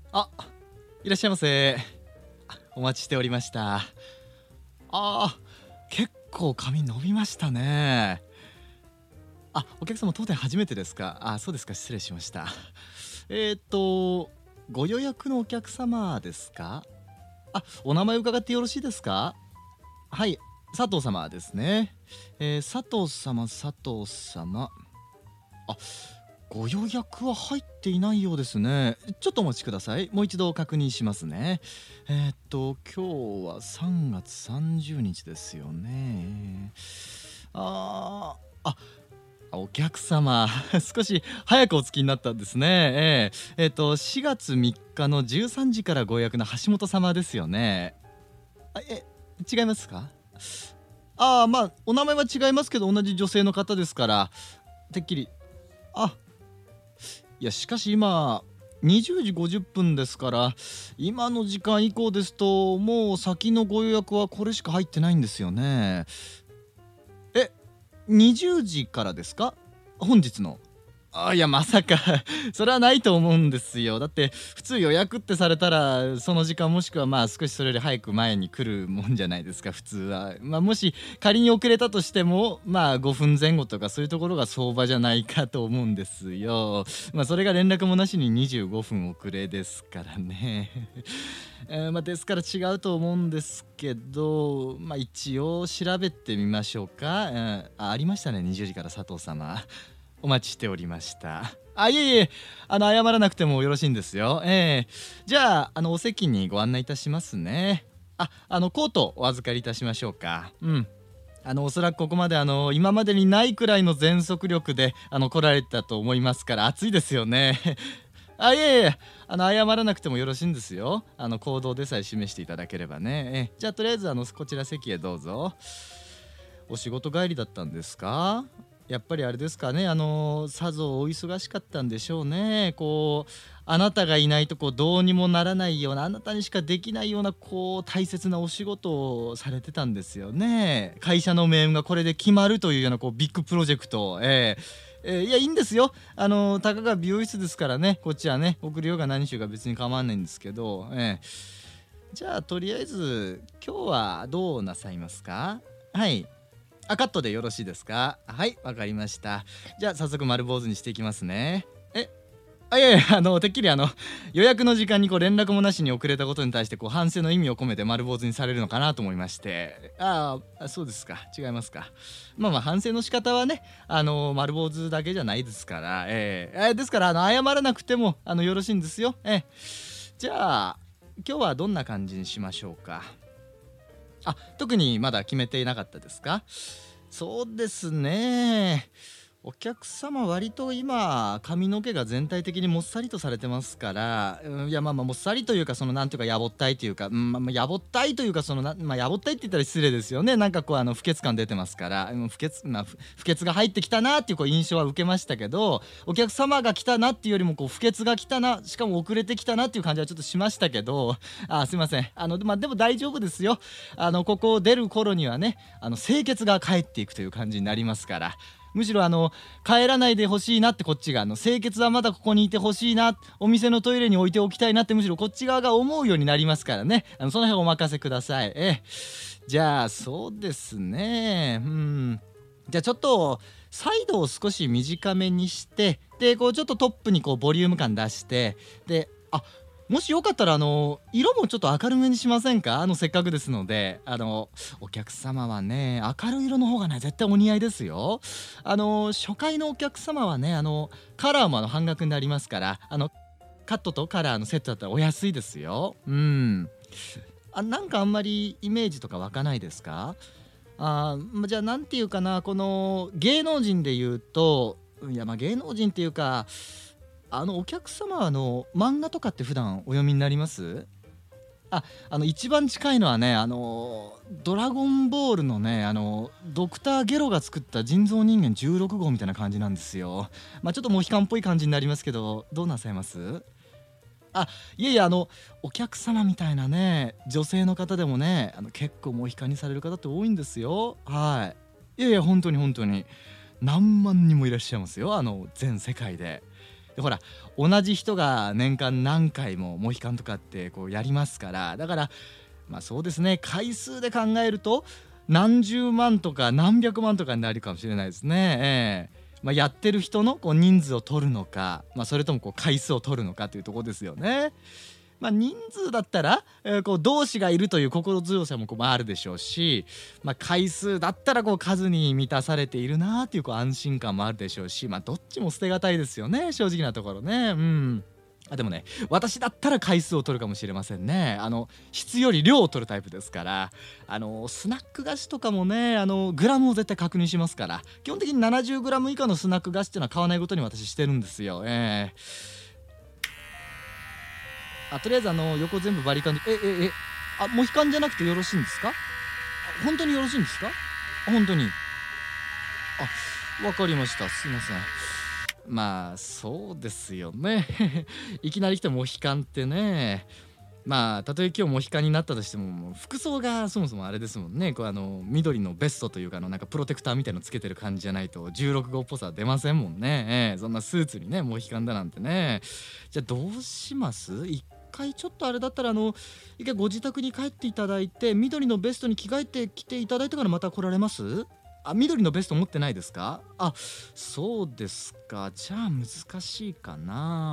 あ、いらっしゃいませ。お待ちしておりました。結構髪伸びましたね。お客様当店初めてですか？そうですか、失礼しました。ご予約のお客様ですか？お名前伺ってよろしいですか？はい、佐藤様ですね。佐藤様、佐藤様。あ、ご予約は入っていないようですね。ちょっとお待ちください。もう一度確認しますね。今日は3月30日ですよね。あーあお客様少し早くお着きになったんですね。4月3日の13時からご予約の橋本様ですよね。違いますか？まあお名前は違いますけど同じ女性の方ですからてっきり。あいやしかし今20時50分ですから、今の時間以降ですともう先のご予約はこれしか入ってないんですよね。え20時からですか？本日の。いやまさかそれはないと思うんですよ。だって普通予約ってされたらその時間もしくはまあ少しそれより早く前に来るもんじゃないですか普通は。もし仮に遅れたとしてもまあ5分前後とかそういうところが相場じゃないかと思うんですよ。それが連絡もなしに25分遅れですからね。ですから違うと思うんですけど一応調べてみましょうか。ありましたね、20時から佐藤様お待ちしておりました。いえいえ、謝らなくてもよろしいんですよ。じゃあ、お席にご案内いたしますね。コートお預かりいたしましょうか。おそらくここまで今までにないくらいの全速力で来られたと思いますから暑いですよね。いえいえ、謝らなくてもよろしいんですよ。行動でさえ示していただければね。じゃあとりあえずこちら席へどうぞ。お仕事帰りだったんですか？やっぱりあれですかね、さぞお忙しかったんでしょうね。あなたがいないとどうにもならないような、あなたにしかできないような大切なお仕事をされてたんですよね。会社の命運がこれで決まるというようなビッグプロジェクト。いやいいんですよ。たかが美容室ですからね、こっちはね送るようが何しようが別に構わないんですけど、じゃあとりあえず今日はどうなさいますか？はい、カットでよろしいですか？はい、わかりました。じゃあ早速丸坊主にしていきますね。いやいや、てっきり予約の時間に連絡もなしに遅れたことに対して反省の意味を込めて丸坊主にされるのかなと思いまして。そうですか、違いますか。反省の仕方はね丸坊主だけじゃないですから、ですから謝らなくてもよろしいんですよ。じゃあ今日はどんな感じにしましょうか？特にまだ決めていなかったですか？そうですね、お客様割と今髪の毛が全体的にもっさりとされてますから、いやもっさりというかなんていうかやぼったいというか、やぼったいというかやぼったいって言ったら失礼ですよね。なんか不潔感出てますから、不潔が入ってきたなっていう印象は受けましたけど、お客様が来たなっていうよりも不潔が来たな、しかも遅れてきたなっていう感じはちょっとしましたけど、すいません、でも大丈夫ですよ。ここを出る頃にはね清潔が帰っていくという感じになりますから、むしろ帰らないでほしいなって、こっちが清潔はまだここにいてほしいな、お店のトイレに置いておきたいなって、むしろこっち側が思うようになりますからね。その辺お任せください。じゃあそうですね、じゃあちょっとサイドを少し短めにして、でちょっとトップにボリューム感出して、でもしよかったら色もちょっと明るめにしませんか？せっかくですのでお客様はね明るい色の方がね絶対お似合いですよ。初回のお客様はねカラーも半額になりますから、カットとカラーのセットだったらお安いですよ。なんかあんまりイメージとか湧かないですか？じゃあなんていうかな、この芸能人で言うと、いや芸能人っていうかお客様は漫画とかって普段お読みになります？一番近いのはねドラゴンボールのねドクターゲロが作った人造人間16号みたいな感じなんですよ。ちょっとモヒカンっぽい感じになりますけど、どうなさいます？いえいえお客様みたいなね女性の方でもね結構モヒカンにされる方って多いんですよ。いやいや本当に本当に何万人もいらっしゃいますよ全世界で。 でほら同じ人が年間何回もモヒカンとかってこうやりますから、だからまあそうですね、回数で考えると何十万とか何百万とかになるかもしれないですね。まあ、やってる人のこう人数を取るのか、まあ、それともこう回数を取るのかというところですよね。まあ、人数だったら、こう同志がいるという心強さもこうあるでしょうし、まあ、回数だったらこう数に満たされているなというこう安心感もあるでしょうし、まあ、どっちも捨てがたいですよね、正直なところね。でもね、私だったら回数を取るかもしれませんね。質より量を取るタイプですから、スナック菓子とかもね、グラムを絶対確認しますから、基本的に70グラム以下のスナック菓子っていうのは買わないことに私してるんですよ。とりあえず横全部バリカンでモヒカンじゃなくてよろしいんですか？本当によろしいんですか？本当に。わかりました。すいません。まあそうですよねいきなり来てモヒカンってね、まあたとえ今日モヒカンになったとしても、もう服装がそもそもあれですもんね。こう緑のベストというかなんかプロテクターみたいのつけてる感じじゃないと16号っぽさ出ませんもんね。そんなスーツにねモヒカンだなんてね。じゃあどうします？一回ちょっとあれだったら一回ご自宅に帰っていただいて、緑のベストに着替えてきていただいてからまた来られます？緑のベスト持ってないですか？そうですか。じゃあ難しいかな。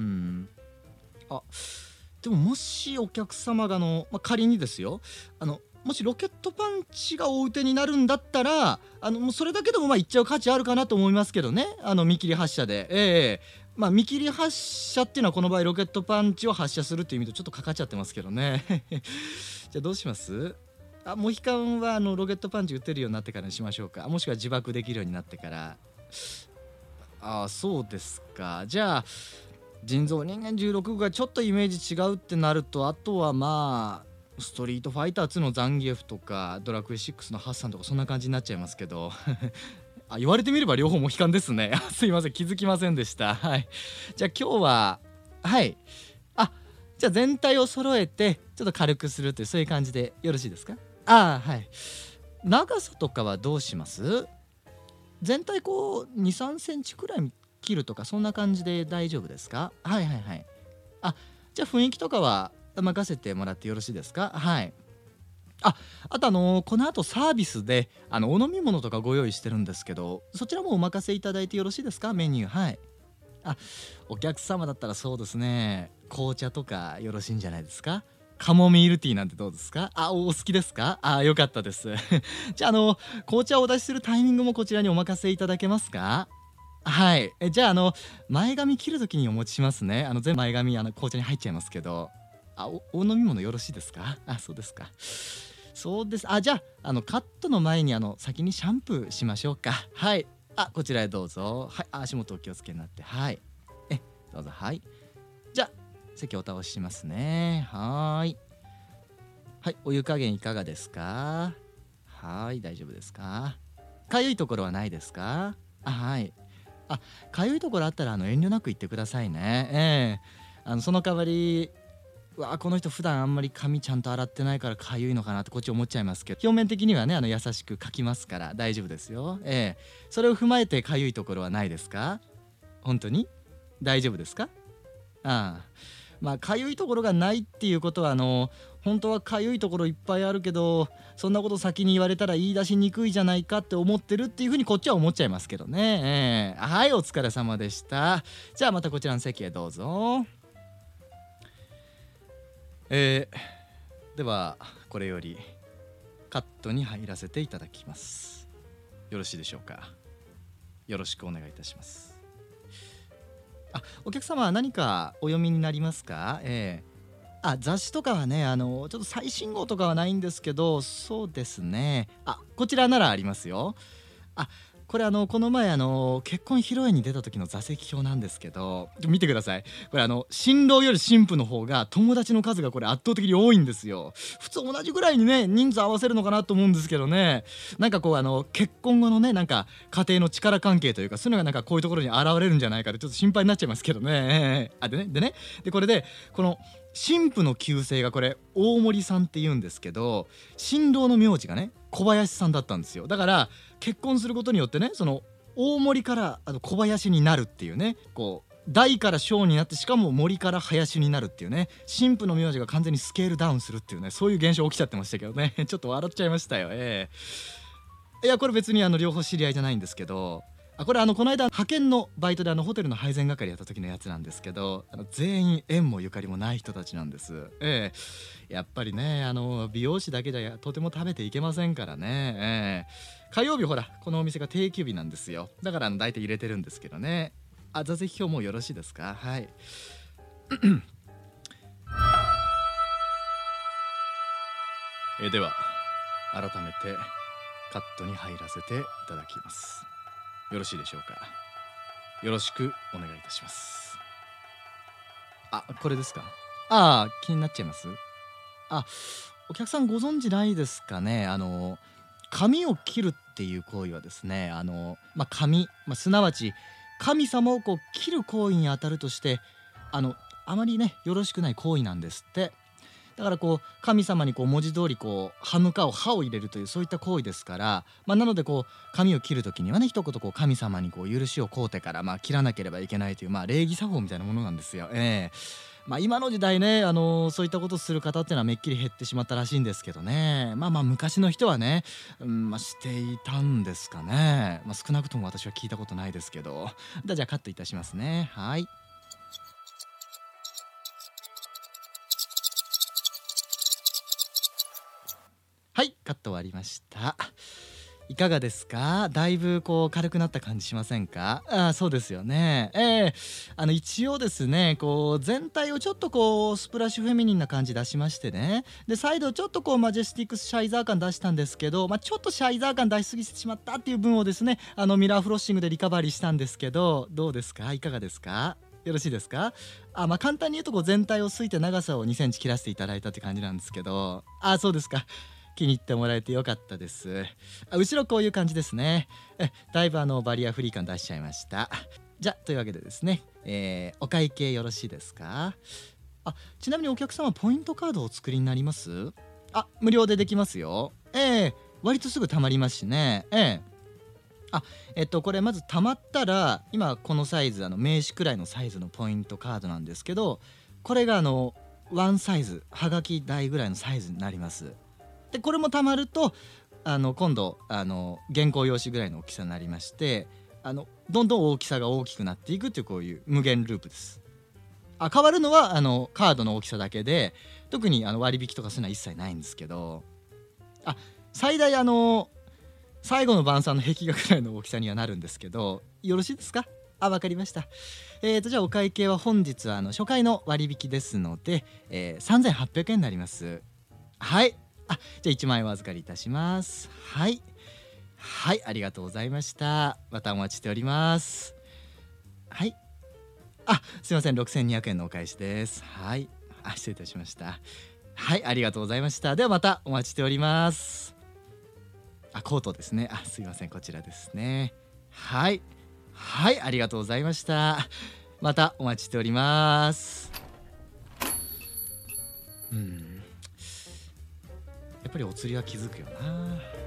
でももしお客様が仮にですよ、もしロケットパンチがお打てになるんだったらもうそれだけでも行っちゃう価値あるかなと思いますけどね。見切り発射で見切り発射っていうのはこの場合ロケットパンチを発射するっていう意味とちょっとかかっちゃってますけどねじゃあどうします？モヒカンはロケットパンチ打てるようになってからにしましょうか。もしくは自爆できるようになってから。そうですか。じゃあ人造人間16号がちょっとイメージ違うってなると、あとはまあストリートファイター2のザンギエフとかドラクエ6のハッサンとかそんな感じになっちゃいますけど言われてみれば両方モヒカンですねすいません、気づきませんでした。じゃあ今日はじゃあ全体を揃えてちょっと軽くするという、そういう感じでよろしいですか？長さとかはどうします？全体こう2、3センチくらい切るとかそんな感じで大丈夫ですか？じゃあ雰囲気とかは任せてもらってよろしいですか？あとこの後サービスでお飲み物とかご用意してるんですけど、そちらもお任せいただいてよろしいですか？メニュー。お客様だったらそうですね、紅茶とかよろしいんじゃないですか？カモミールティーなんてどうですか？お好きですか？よかったですじゃあ紅茶をお出しするタイミングもこちらにお任せいただけますか？じゃあ前髪切るときにお持ちしますね。全部前髪紅茶に入っちゃいますけど、お飲み物よろしいですか？そうですか。そうです。じゃあカットの前に先にシャンプーしましょうか。こちらへどうぞ。足元お気をつけになって。どうぞ。じゃあ席お倒ししますね。お湯加減いかがですか？大丈夫ですか？かゆいところはないですか？かゆいところあったら遠慮なく言ってくださいね。その代わりこの人普段あんまり髪ちゃんと洗ってないからかゆいのかなってこっち思っちゃいますけど、表面的にはね優しくかきますから大丈夫ですよ。それを踏まえてかゆいところはないですか？本当に大丈夫ですか？かゆいところがないっていうことは本当はかゆいところいっぱいあるけど、そんなこと先に言われたら言い出しにくいじゃないかって思ってるっていうふうにこっちは思っちゃいますけどね。お疲れ様でした。じゃあまたこちらの席へどうぞ。ではこれよりカットに入らせていただきます。よろしいでしょうか？よろしくお願いいたします。お客様は何かお読みになりますか？雑誌とかはねちょっと最新号とかはないんですけど、そうですね、こちらならありますよ。これこの前結婚披露宴に出た時の座席表なんですけど、見てください。これ新郎より新婦の方が友達の数がこれ圧倒的に多いんですよ。普通同じぐらいにね人数合わせるのかなと思うんですけどね、なんかこう結婚後のねなんか家庭の力関係というか、そういうのがなんかこういうところに現れるんじゃないかってちょっと心配になっちゃいますけどね。でこれでこの新婦の旧姓がこれ大森さんって言うんですけど、新郎の名字がね小林さんだったんですよ。だから結婚することによってね、その大森から小林になるっていうね、こう大から小になって、しかも森から林になるっていうね、神父の名字が完全にスケールダウンするっていうね、そういう現象起きちゃってましたけどねちょっと笑っちゃいましたよ。いやこれ別に両方知り合いじゃないんですけど、これこの間派遣のバイトでホテルの配膳係やった時のやつなんですけど、全員縁もゆかりもない人たちなんです。やっぱりね美容師だけじゃとても食べていけませんからね。火曜日ほらこのお店が定休日なんですよ。だから大体入れてるんですけどね。座席表もうよろしいですか？はいでは改めてカットに入らせていただきます。よろしいでしょうか？よろしくお願いいたします。これですか？気になっちゃいます？お客さんご存知ないですかね。髪を切るっていう行為はですね、髪、すなわち神様を切る行為にあたるとして、あまりねよろしくない行為なんですって。だから神様に文字通り歯向かう歯を入れるというそういった行為ですから、なので髪を切る時にはね一言神様に許しを請うてから切らなければいけないという礼儀作法みたいなものなんですよ。今の時代ねそういったことをする方っていうのはめっきり減ってしまったらしいんですけどね。昔の人はね、していたんですかね。少なくとも私は聞いたことないですけど。じゃあカットいたしますね。はい。はい、カット終わりました。いかがですか？だいぶ軽くなった感じしませんか？そうですよね。一応ですね全体をちょっとスプラッシュフェミニンな感じ出しましてね、でサイドちょっとマジェスティックシャイザー感出したんですけど、ちょっとシャイザー感出しすぎてしまったっていう分をですねミラーフロッシングでリカバリーしたんですけど、どうですか？いかがですか？よろしいですか？簡単に言うと全体をすいて長さを2センチ切らせていただいたって感じなんですけど。そうですか。気に入ってもらえてよかったです。後ろこういう感じですね。だいぶバリアフリー感出しちゃいました。じゃというわけでですね、お会計よろしいですか？ちなみにお客様ポイントカードをお作りになります？無料でできますよ。割とすぐ貯まりますしね。これまず貯まったら今このサイズ名刺くらいのサイズのポイントカードなんですけど、これがワンサイズはがき台ぐらいのサイズになります。でこれもたまると今度原稿用紙ぐらいの大きさになりまして、どんどん大きさが大きくなっていくというこういう無限ループです。変わるのはカードの大きさだけで、特に割引とかそういうのは一切ないんですけど、最大最後の晩餐の壁画ぐらいの大きさにはなるんですけど、よろしいですか？わかりました。じゃあお会計は本日は初回の割引ですので、3800円になります。はい。じゃあ1万円お預かりいたします。はい、ありがとうございました。またお待ちしております。はい。すいません、6200円のお返しです。はい。失礼いたしました。はい、ありがとうございました。ではまたお待ちしております。コートですね。すいません、こちらですね。はい、ありがとうございました。またお待ちしております。やっぱりお釣りは気づくよな。